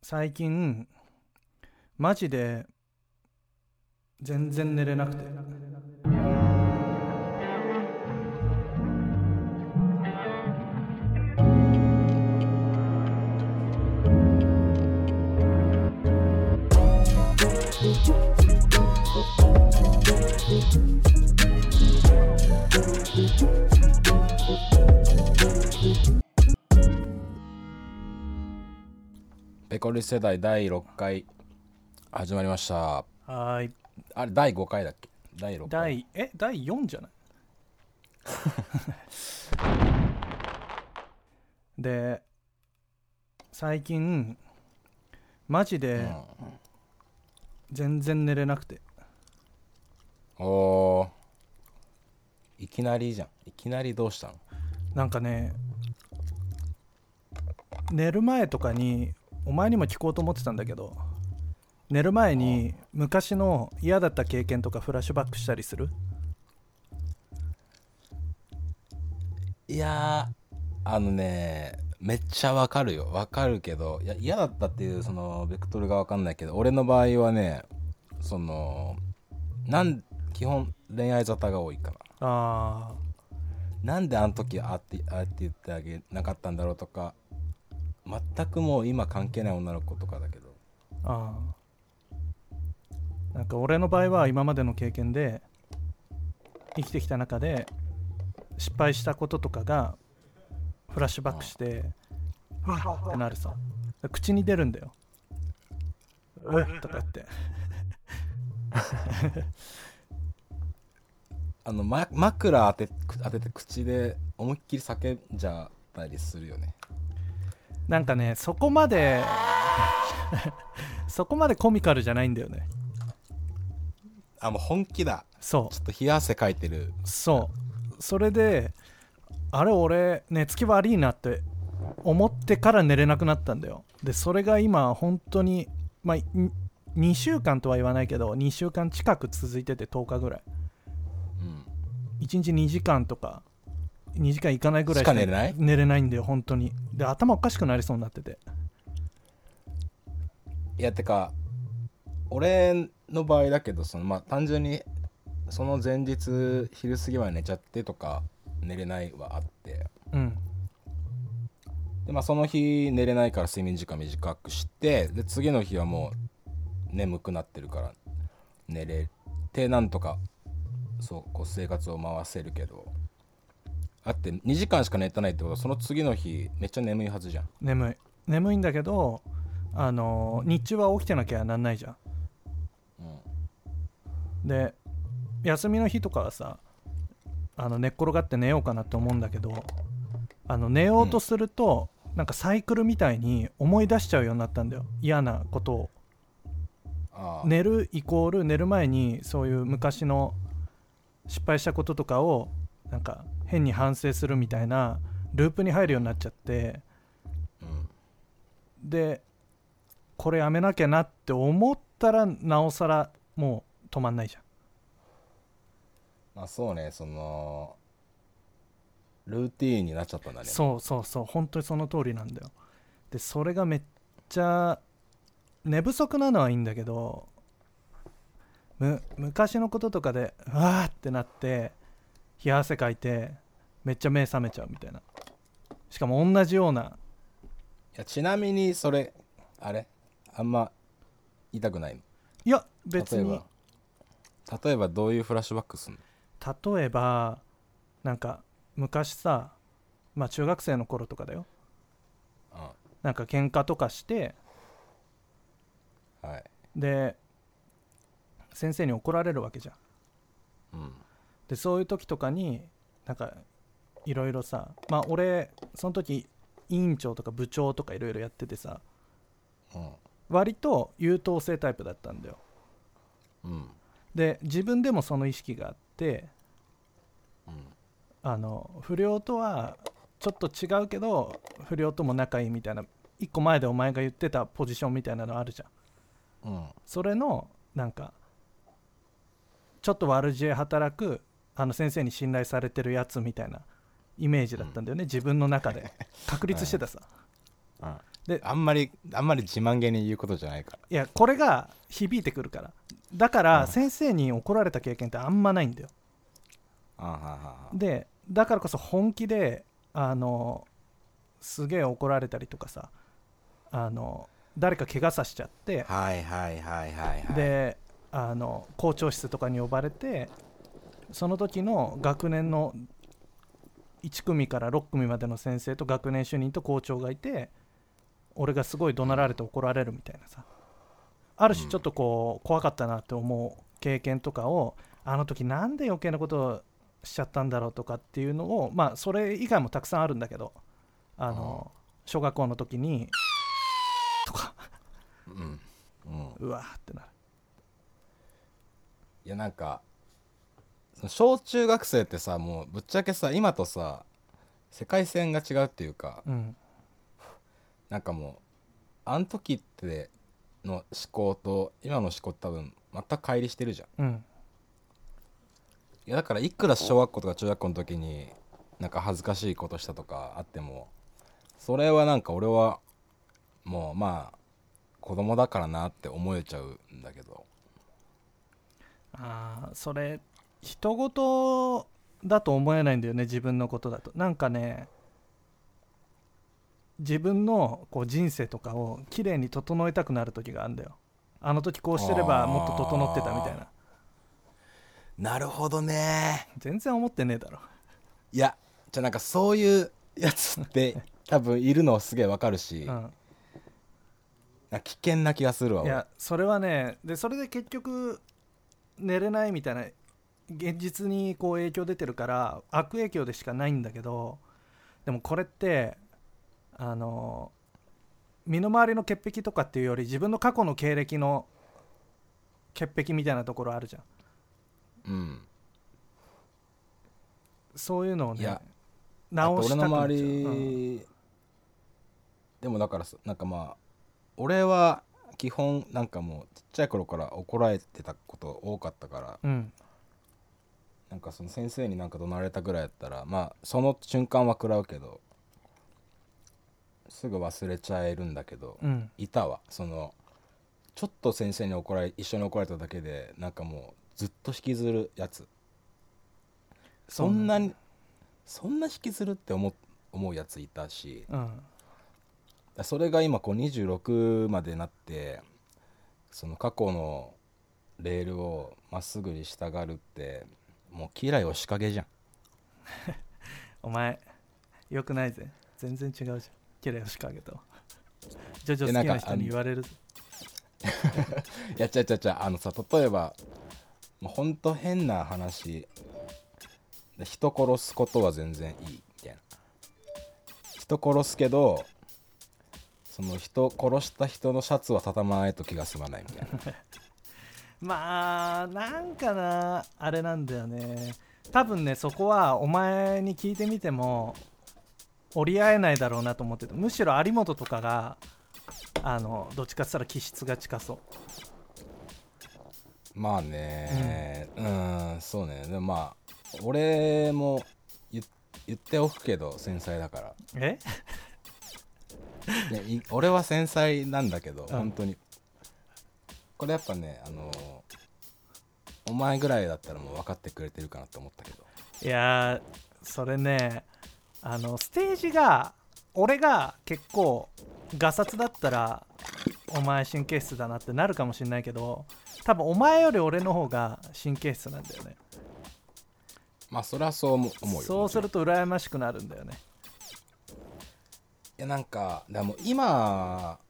最近マジで全然寝れなくて。 ペコリ世代第6回始まりました。 はーい。 あれ第5回だっけ？第6回。 第4じゃないで、最近マジで全然寝れなくて。 おー、いきなりじゃん。いきなりどうしたの？ なんかね、寝る前とかにお前にも聞こうと思ってたんだけど、寝る前に昔の嫌だった経験とかフラッシュバックしたりする？ いやー、めっちゃわかるよ。わかるけど、いや嫌だったっていうそのベクトルがわかんないけど、俺の場合はね、その基本恋愛沙汰が多いから。なんであの時あって言ってあげなかったんだろうとか、全くもう今関係ない女の子とかだけど。 なんか俺の場合は今までの経験で生きてきた中で失敗したこととかがフラッシュバックしてうわっってなるさ。口に出るんだよ。うっとか言って枕当てて口で思いっきり叫んじゃったりするよね。 なんかね、そこまでそこまでコミカルじゃないんだよね。 もう本気だ。 そう、 ちょっと冷や汗かいてる。 それであれ俺寝つき悪いなって思ってから寝れなくなったんだよ。でそれが今本当に2週間とは言わないけど2週間近く続いてて、10日ぐらい、1日2時間とか2時間いかないぐらいしか寝れないんだよ本当に。で頭おかしくなりそうになってて。 いやてか俺の場合だけど、単純にその前日昼過ぎまで寝ちゃってとか寝れないはあって、でその日寝れないから睡眠時間短くして、で次の日はもう眠くなってるから寝れて、なんとかこう生活を回せるけど、あって2時間しか寝てないってことはその次の日めっちゃ眠いはずじゃん。 眠いんだけど日中は起きてなきゃなんないじゃん。で休みの日とかはさ寝っ転がって寝ようかなって思うんだけど、寝ようとすると、なんかサイクルみたいに思い出しちゃうようになったんだよ、嫌なことを。寝るイコール寝る前にそういう昔の失敗したこととかをなんか変に反省するみたいなループに入るようになっちゃって、でこれやめなきゃなって思ったらなおさらもう止まんないじゃん。 そうね、そのルーティーンになっちゃったんだね。 そう本当にその通りなんだよ。でそれがめっちゃ寝不足なのはいいんだけど、昔のこととかでわーってなって冷や汗かいてめっちゃ目覚めちゃうみたいな。しかも同じような。いやちなみにそれあんま痛くないの？ いや別に。 例えばどういうフラッシュバックすんの？ 例えばなんか昔さ、中学生の頃とかだよ、なんか喧嘩とかして、で先生に怒られるわけじゃん、でそういう時とかになんかいろいろさ、俺その時委員長とか部長とかいろいろやっててさ、割と優等生タイプだったんだよ、で自分でもその意識があって、不良とはちょっと違うけど不良とも仲いいみたいな、一個前でお前が言ってたポジションみたいなのあるじゃん、それのなんかちょっと悪知恵働く先生に信頼されてるやつみたいなイメージだったんだよね、自分の中で確立してたさ、 であんまり自慢げに言うことじゃないから。 いやこれが響いてくるから。だからうん先生に怒られた経験ってあんまないんだよ。 あははでだからこそ本気ですげえ怒られたりとかさ、誰か怪我させちゃって、 はいはいはいはいはい。 で校長室とかに呼ばれて、その時の学年の1組から6組までの先生と学年主任と校長がいて、俺がすごい怒鳴られて怒られるみたいなさ、ある種ちょっとこう怖かったなって思う経験とかを、あの時なんで余計なことをしちゃったんだろうとかっていうのを、まあそれ以外もたくさんあるんだけど、小学校の時にとかうんうわーってなる。 いやなんかその小中学生ってさ、もうぶっちゃけさ今とさ世界線が違うっていうか、 うんなんかもうあの時っての思考と今の思考って多分全く乖離してるじゃん。 うんいやだからいくら小学校とか中学校の時になんか恥ずかしいことしたとかあっても、それはなんか俺はもうまあ子供だからなって思えちゃうんだけど。 それ人事だと思えないんだよね、自分のことだと。なんかね、自分のこう人生とかをきれいに整えたくなる時があるんだよ。あの時こうしてればもっと整ってたみたいな。 なるほどね。 全然思ってねえだろ。 いやじゃあなんかそういうやつって多分いるのすげえわかるし、 うん、 なんか危険な気がするわ。 いやそれはね、でそれで結局寝れないみたいな現実にこう影響出てるから悪影響でしかないんだけど、でもこれって身の回りの潔癖とかっていうより自分の過去の経歴の潔癖みたいなところあるじゃん。 うん。 そういうのをねいや直したくなっちゃう。 俺の周り、でもだからなんかまあ俺は基本なんかもうちっちゃい頃から怒られてたこと多かったから、 うんなんかその先生になんか怒鳴られたぐらいだったらまあその瞬間は食らうけどすぐ忘れちゃえるんだけど、 うんいたわそのちょっと先生に一緒に怒られただけでなんかもうずっと引きずるやつ。そんなにそんな引きずるって思うやついたし、 うんそれが今こう26までなってその過去のレールをまっすぐに従うってもう家来を仕掛けじゃん。 お前よくないぜ、全然違うじゃん。キレイを仕掛けたわ。ジョジョ好きな人に言われるぞ。 いやちゃさ例えばもうほんと変な話、人殺すことは全然いいみたいな。人殺すけどその人殺した人のシャツは畳まないと気が済まないみたいな。 まあなんかな、あれなんだよね。多分ねそこはお前に聞いてみても折り合えないだろうなと思ってて、むしろ有本とかがどっちかっつったら気質が近そう。 まあねそうね。でもまあ俺も言っておくけど繊細だから。 えいや俺は繊細なんだけど、 ん本当にこれやっぱねお前ぐらいだったらもう分かってくれてるかなと思ったけど。 いやそれね、ステージが俺が結構ガサツだったらお前神経質だなってなるかもしれないけど、多分お前より俺の方が神経質なんだよね。 まあそれはそう思うよ。 そうすると羨ましくなるんだよね。 いやなんかでも今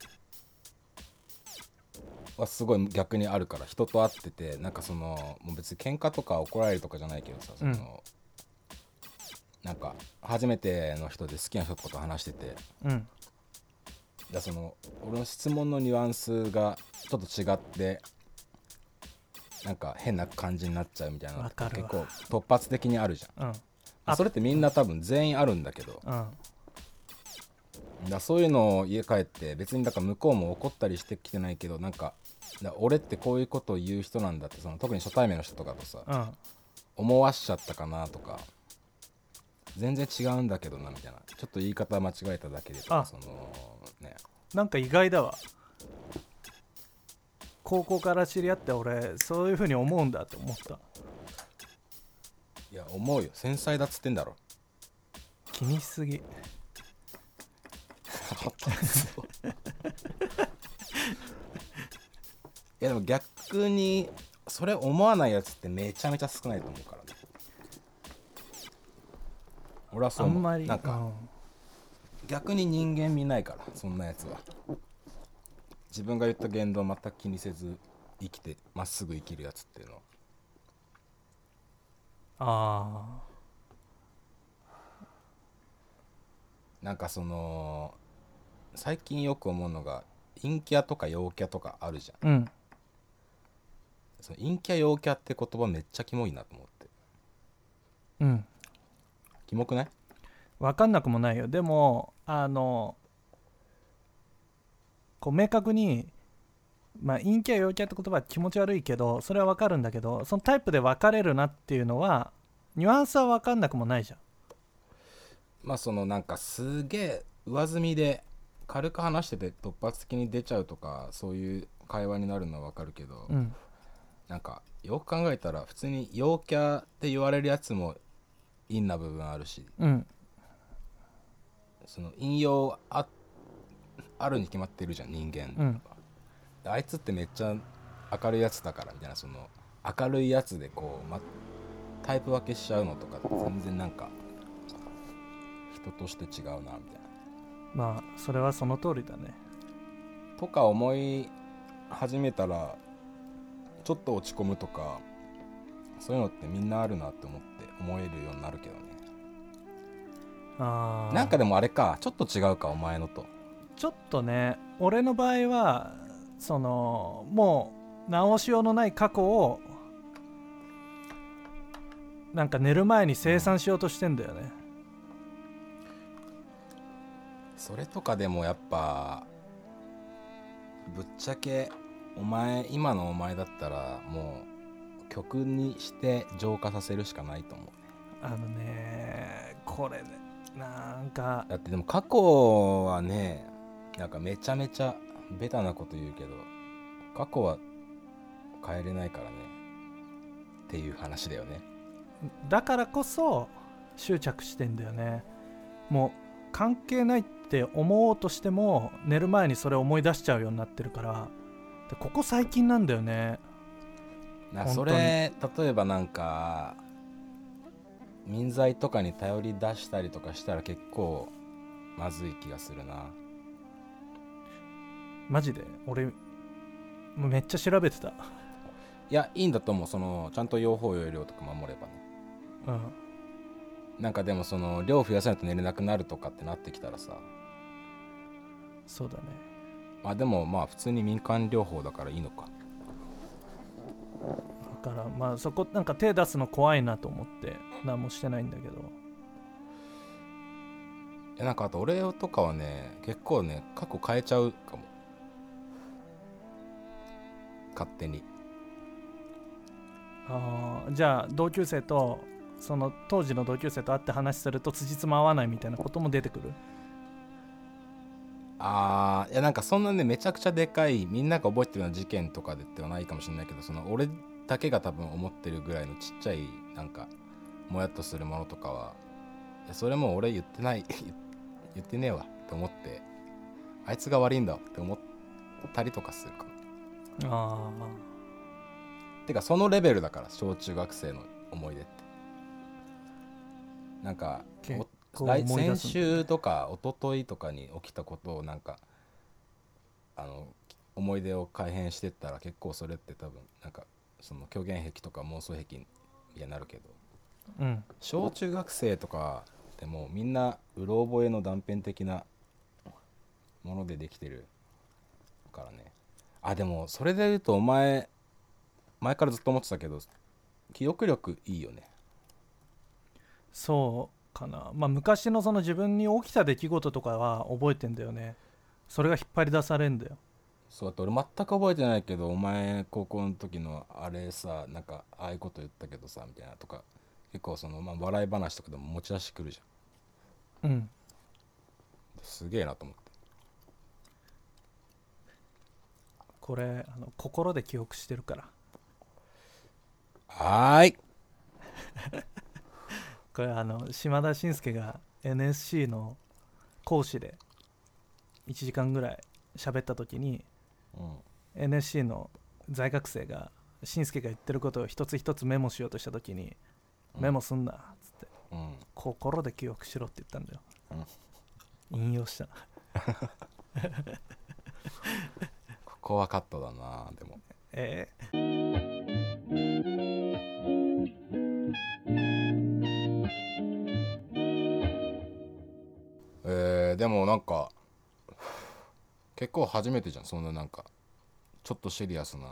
はすごい逆にあるから、人と会っててなんかそのもう別に喧嘩とか怒られるとかじゃないけどさ、その、なんか初めての人で好きな人とか話してて、だその俺の質問のニュアンスがちょっと違ってなんか変な感じになっちゃうみたいなの結構突発的にあるじゃん。それってみんな多分全員あるんだけど、だそういうのを家帰って別にだから向こうも怒ったりしてきてないけど、なんか俺ってこういうことを言う人なんだって、その特に初対面の人とかとさ、思わしちゃったかなとか、全然違うんだけどなみたいな、ちょっと言い方間違えただけでとか、そのねなんか意外だわ。高校から知り合って俺そういう風に思うんだって思った。 いや思うよ、繊細だっつってんだろ。 気にしすぎ。 いやでも逆にそれ思わないやつってめちゃめちゃ少ないと思うからね。俺はそう思う。 あんまりなんか、逆に人間見ないからそんなやつは。自分が言った言動を全く気にせず生きてまっすぐ生きるやつっていうのは。 あなんかその最近よく思うのが陰キャとか陽キャとかあるじゃん。 うん。 その陰キャ陽キャって言葉めっちゃキモいなと思って。 うん。 キモくない？ 分かんなくもないよ。でもこう明確に、まあ、陰キャ陽キャって言葉は気持ち悪いけどそれは分かるんだけど、そのタイプで分かれるなっていうのはニュアンスは分かんなくもないじゃん。 まあそのなんかすげえ上積みで軽く話してて突発的に出ちゃうとかそういう会話になるのはわかるけど、 うん。 なんかよく考えたら普通に陽キャって言われるやつも陰な部分あるし、 うん。 その陰陽あるに決まってるじゃん人間、 うん。 あいつってめっちゃ明るいやつだからみたいな、その明るいやつでこう、タイプ分けしちゃうのとか全然なんか人として違うなみたいな。 まあそれはその通りだね。 とか思い始めたらちょっと落ち込むとかそういうのってみんなあるなって思えるようになるけどね。 ああ。 なんかでもあれか、ちょっと違うかお前のと。 ちょっとね、俺の場合はそのもう直しようのない過去をなんか寝る前に清算しようとしてんだよね。 それとかでもやっぱぶっちゃけ今のお前だったらもう曲にして浄化させるしかないと思う。 これね、なんかだってでも過去はね、なんかめちゃめちゃベタなこと言うけど過去は変えれないからねっていう話だよね。 だからこそ執着してんだよね。もう関係ないって思おうとしても寝る前にそれを思い出しちゃうようになってるから。でここ最近なんだよね。 それ例えばなんか民剤とかに頼り出したりとかしたら結構まずい気がするな。 マジで俺もうめっちゃ調べてた。 いやいいんだと思う、そのちゃんと用法用量とか守ればね。 うん。 なんかでもその量増やさないと寝れなくなるとかってなってきたらさ、 そうだね。 まあでもまあ普通に民間療法だからいいのか。 だからまあそこなんか手出すの怖いなと思って何もしてないんだけど。 なんかあと俺とかはね結構ね過去変えちゃうかも、勝手に。 じゃあ同級生とその当時の同級生と会って話すると辻褄合わないみたいなことも出てくる？ いやなんかそんなねめちゃくちゃでかいみんなが覚えてるような事件とかではないかもしれないけど、その俺だけが多分思ってるぐらいのちっちゃいなんかもやっとするものとかは、いやそれもう俺言ってない言ってねえわって思って、あいつが悪いんだって思ったりとかするかも。てかそのレベルだから小中学生の思い出って。なんか先週とか一昨日とかに起きたことをなんか思い出を改変してったら結構それって多分なんかその虚言癖とか妄想癖みたいになるけど、 うん、 小中学生とかでもみんなうろ覚えの断片的なものでできてるからね。でもそれで言うとお前からずっと思ってたけど記憶力いいよね。 そうかな。まあ昔のその自分に起きた出来事とかは覚えてんだよね。それが引っ張り出されんだよ。 そうだって俺全く覚えてないけど、お前高校の時のあれさ、なんかああいうこと言ったけどさみたいなとか結構その、笑い話とかでも持ち出してくるじゃん。 うん。 すげえなと思って。 これ心で記憶してるから。 はーい。 これ島田紳介が NSC の講師で1時間ぐらい喋った時に、 うん、 NSC の在学生が紳介が言ってることを一つ一つメモしようとした時に、メモすんなっつって、心で記憶しろって言ったんだよ、引用したここはカットだな。でもでもなんか結構初めてじゃん、そんななんかちょっとシリアスな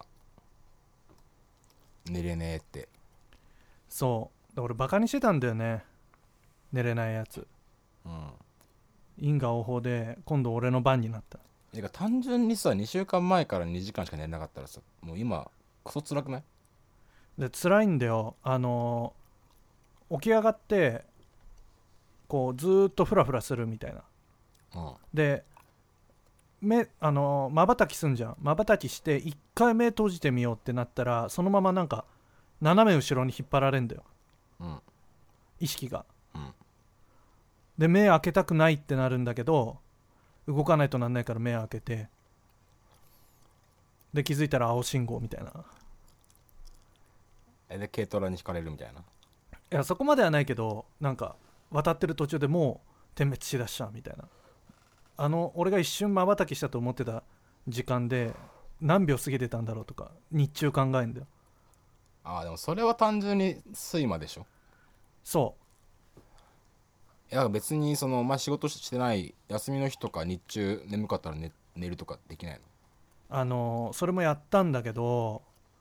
寝れねえって。 そう俺バカにしてたんだよね、寝れないやつ。因果応報で今度俺の番になった。 単純にさ、2週間前から2時間しか寝れなかったらさ、もう今クソ辛くない？ で辛いんだよ。起き上がってこうずーっとフラフラするみたいな。でまばたきすんじゃん。まばたきして一回目閉じてみようってなったら、そのままなんか斜め後ろに引っ張られんだよ、意識が、で目開けたくないってなるんだけど、動かないとなんないから目開けて、で気づいたら青信号みたいな。 で軽トラに引かれるみたいな。 いやそこまではないけど、なんか渡ってる途中でもう点滅しだしたみたいな。俺が一瞬まばたきしたと思ってた時間で何秒過ぎてたんだろうとか日中考えんだよ。 でもそれは単純に睡魔でしょ。いや別にお前仕事してない休みの日とか日中眠かったら 寝るとかできないの？それもやったんだけど、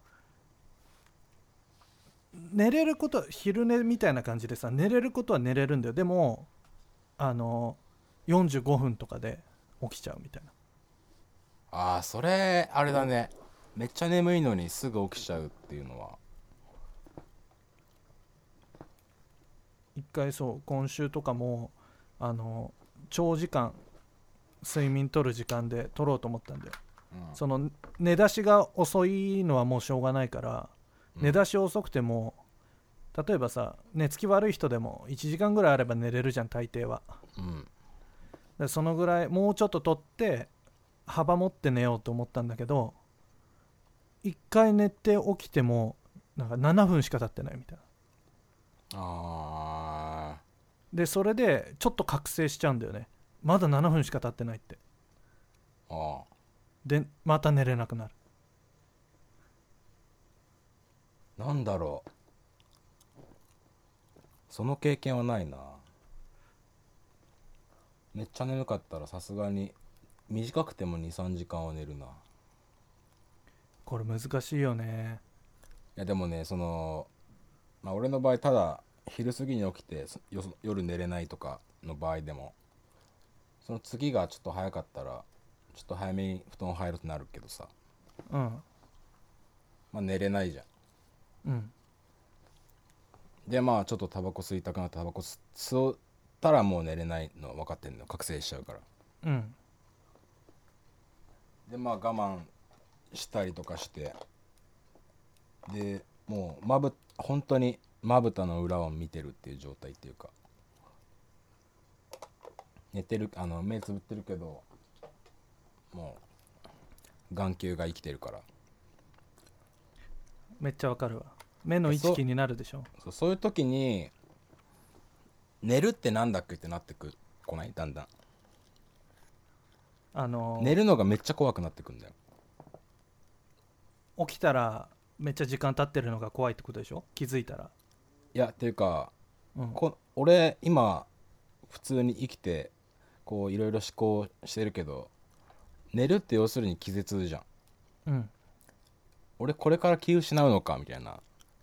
寝れること昼寝みたいな感じでさ、寝れることは寝れるんだよ。でも45分とかで起きちゃうみたいな。それあれだね。めっちゃ眠いのにすぐ起きちゃうっていうのは。 一回今週とかも長時間睡眠取る時間で取ろうと思ったんだよ、その寝出しが遅いのはもうしょうがないから、寝出し遅くても例えばさ、寝つき悪い人でも1時間ぐらいあれば寝れるじゃん大抵は、でそのぐらいもうちょっと取って幅持って寝ようと思ったんだけど、一回寝て起きてもなんか7分しか経ってないみたいな。でそれでちょっと覚醒しちゃうんだよね。まだ7分しか経ってないって。でまた寝れなくなる。 なんだろう、その経験はないな。めっちゃ眠かったらさすがに短くても 2,3 時間は寝るな。 これ難しいよね。 いやでもね、俺の場合ただ昼過ぎに起きて夜寝れないとかの場合でも、その次がちょっと早かったらちょっと早めに布団入るとなるけどさ、寝れないじゃん。でちょっとタバコ吸いたくなってタバコ吸ったらもう寝れないの分かってんの、覚醒しちゃうから。で我慢したりとかして、でもう本当にまぶたの裏を見てるっていう状態っていうか、寝てる目つぶってるけどもう眼球が生きてるから。 めっちゃわかるわ。目の位置気になるでしょ。 そういう時に寝るってなんだっけってなってこない？だんだん寝るのがめっちゃ怖くなってくんだよ。 起きたらめっちゃ時間経ってるのが怖いってことでしょ、気づいたら。 いやっていうか、俺今普通に生きてこういろいろ思考してるけど、寝るって要するに気絶じゃん。俺これから気失うのかみたいな。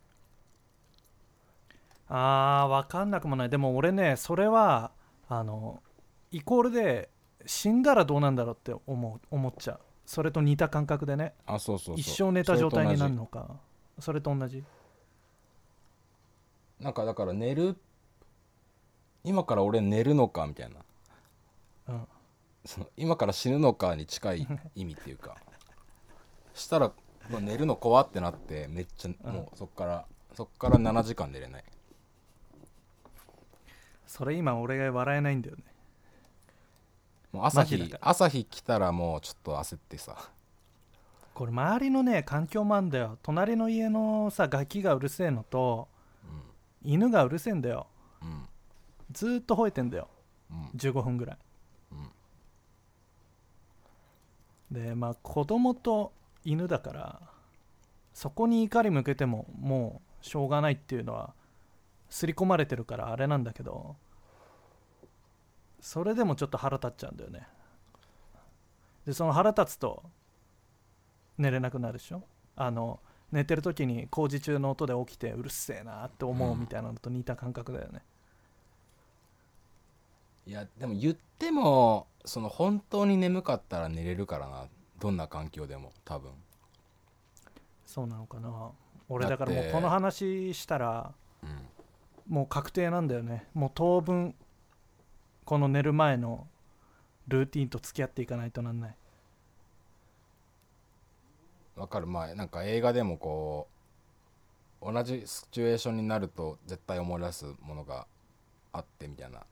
分かんなくもない。でも俺ね、それはイコールで死んだらどうなんだろうって思っちゃう。それと似た感覚でね。 そう一生寝た状態になるのか、それと同じ。 なんかだから今から俺寝るのかみたいな、今から死ぬのかに近い意味っていうかしたらもう寝るの怖ってなってめっちゃもうそっから7時間寝れない。 それ今俺が笑えないんだよね。 もう朝日来たらもうちょっと焦ってさ。 これ周りのね環境もあんだよ。隣の家のさガキがうるせえのと、犬がうるせえんだよ。ずーっと吠えてんだよ、15分ぐらい、でまあ子供と犬だからそこに怒り向けてももうしょうがないっていうのは刷り込まれてるからあれなんだけど、それでもちょっと腹立っちゃうんだよね。でその腹立つと寝れなくなるでしょ。寝てる時に工事中の音で起きてうるせえなって思うみたいなのと似た感覚だよね。 いやでも言ってもその本当に眠かったら寝れるからな、どんな環境でも多分。 そうなのかな。俺だからもうこの話したら、もう確定なんだよね。もう当分この寝る前のルーティンと付き合っていかないとなんない。 わかる。まあなんか映画でもこう同じシチュエーションになると絶対思い出すものがあってみたいな。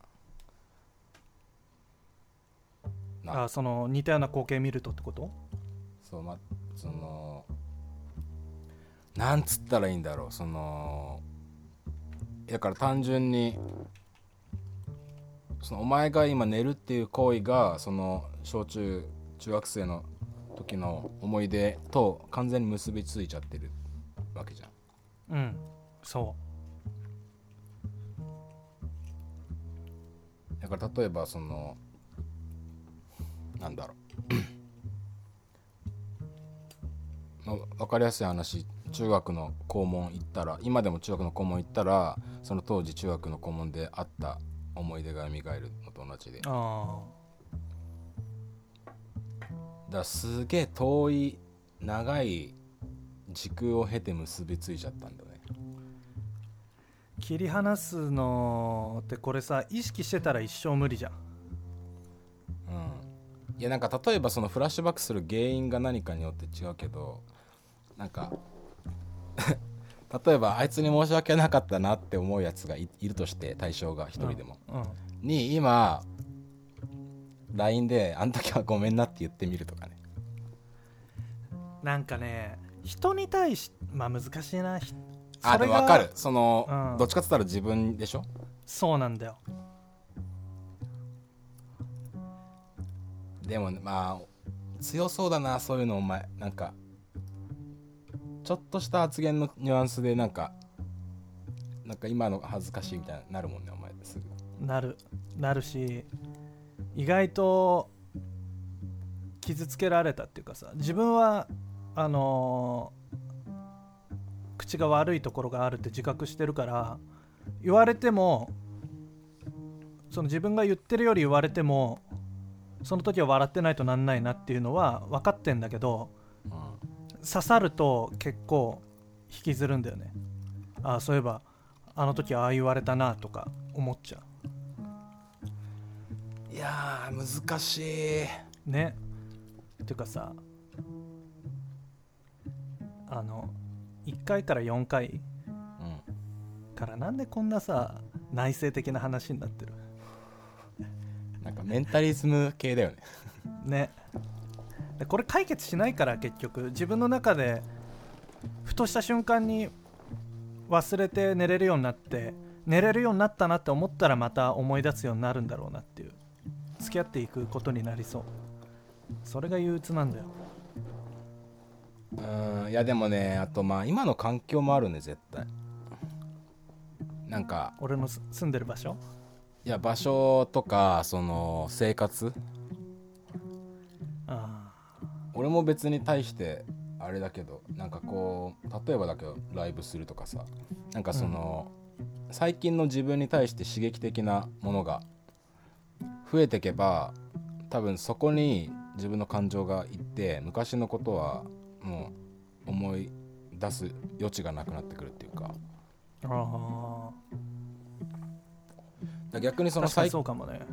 その似たような光景見るとってこと？ そう、そのなんつったらいいんだろう、そのだから単純にそのお前が今寝るっていう行為がその中学生の時の思い出と完全に結びついちゃってるわけじゃん。だから例えばそのなんだろう分かりやすい話、中学の校門行ったら、今でも中学の校門行ったらその当時中学の校門であった思い出が蘇るのと同じで、だからすげえ遠い長い時空を経て結びついちゃったんだよね。 切り離すのってこれさ、意識してたら一生無理じゃん。 いやなんか例えばそのフラッシュバックする原因が何かによって違うけど、なんか例えばあいつに申し訳なかったなって思うやつが いるとして、対象が一人でも、に今 LINE であん時はごめんなって言ってみるとかね。 なんかね、人に対しまあ難しいな。 でも分かる。その、どっちかって言ったら自分でしょ。 そうなんだよ。 でもまあ強そうだなそういうの。お前なんかちょっとした発言のニュアンスでなんか今の恥ずかしいみたいになるもんね、お前。すぐなるし、意外と傷つけられたっていうかさ、自分は口が悪いところがあるって自覚してるから、言われてもその自分が言ってるより言われてもその時は笑ってないとなんないなっていうのは分かってんだけど、刺さると結構引きずるんだよね。そういえばあの時ああ言われたなとか思っちゃう。いやー難しいね。っていうかさ、1回から4回からなんでこんなさ内省的な話になってる。 なんかメンタリズム系だよねね。でこれ解決しないから、結局自分の中でふとした瞬間に忘れて寝れるようになったなって思ったらまた思い出すようになるんだろうなっていう、付き合っていくことになりそう。それが憂鬱なんだよ。 いやでもね、あとまあ今の環境もあるね、絶対。なんか俺の住んでる場所、 いや場所とかその生活、俺も別に対してあれだけど、なんかこう例えばだけどライブするとかさ、なんかその、最近の自分に対して刺激的なものが増えてけば、多分そこに自分の感情がいって、昔のことはもう思い出す余地がなくなってくるっていうか。逆にその確かにそうかもね。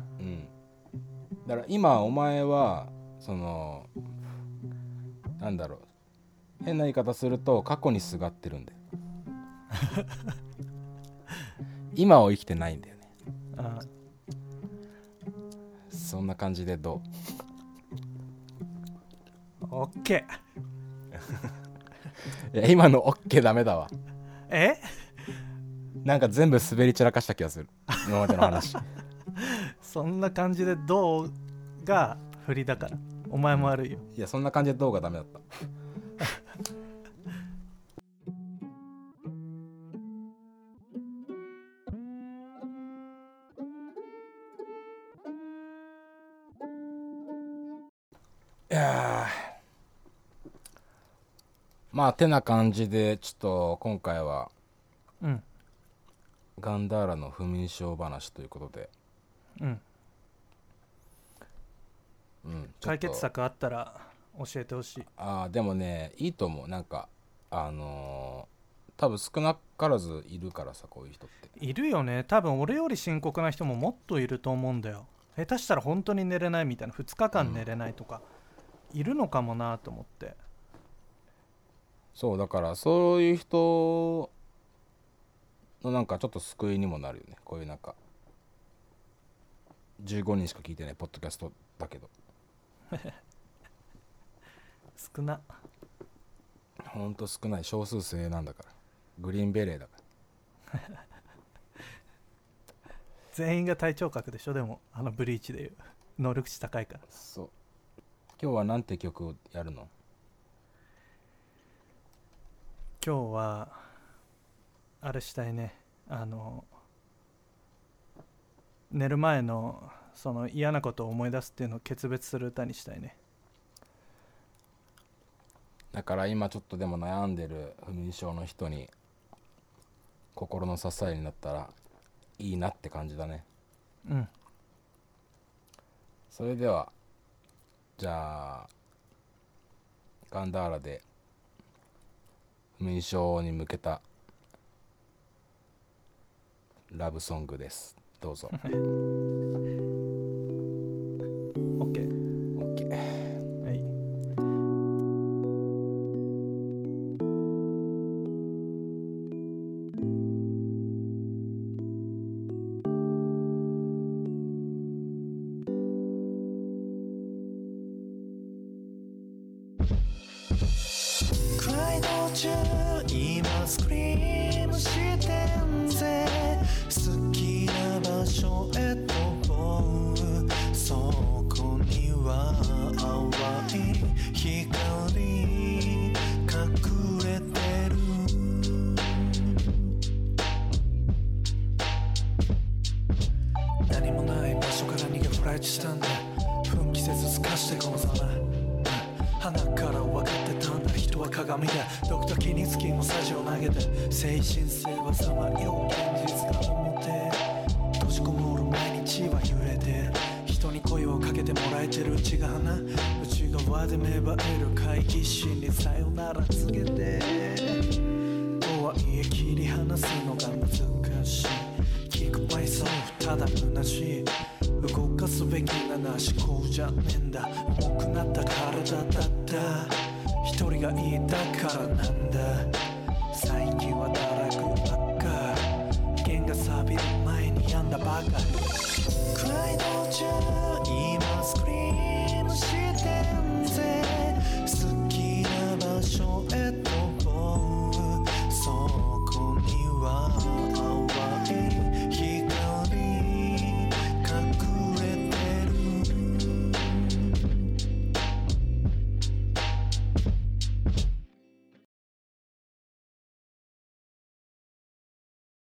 だから今お前はそのなんだろう、 変な言い方すると過去にすがってるんだよ今を生きてないんだよね。 あそんな感じでどあ、オッケう？いや今のオッケーダメだわ。 ー。 なんか全部滑り散らかした気がする今までの話そんな感じでどうが振りだからお前も悪いよ。 いやそんな感じでどうがダメだったいやまあてな感じでちょっと今回はうんガンダーラの不眠症話ということで、 うんうん、ちょっと解決策あったら教えてほしい。 でもねいいと思う。なんか多分少なからずいるからさ、こういう人っているよね。多分俺より深刻な人ももっといると思うんだよ。下手したら本当に寝れないみたいな、2日間寝れないとか、いるのかもなと思って。 そうだからそういう人のなんかちょっと救いにもなるよね。こういうなんか15人しか聞いてないポッドキャストだけど少な。 ほんと少ない、少数精鋭なんだから、グリーンベレーだから全員が隊長格でしょ。でもブリーチでいう能力値高いから。 そう。今日はなんて曲をやるの？ 今日はあれしたいね。寝る前のその嫌なことを思い出すっていうのを決別する歌にしたいね。 だから今ちょっとでも悩んでる不眠症の人に心の支えになったらいいなって感じだね。 うん。 それではじゃあガンダーラで不眠症に向けたラブソングです。どうぞ。 オッケー。 オッケー。 はい。 暗い道中今スクリームしてんぜ。好きな場所へ飛ぼう。そこには淡い光隠れてる。何もない場所から逃げフライトしたんだ。分岐せず透かしてこのざま。鼻から分かってたんだ。人は鏡だ。ドクターキニツキのサジを投げて精神性はさまよう現実が表。閉じこもる毎日は揺れて人に声をかけてもらえてる内側な内側で芽生える会議心にさよなら告げてとはいえ切り離すのが難しい。聞く倍そうただ虚しい。動かすべきな思考じゃねえんだ。重くなった体だった一人がいたからなんだ。最近は堕落ばっか弦が錆びる前に病んだばかり。暗い道中今スクリームしてんぜ。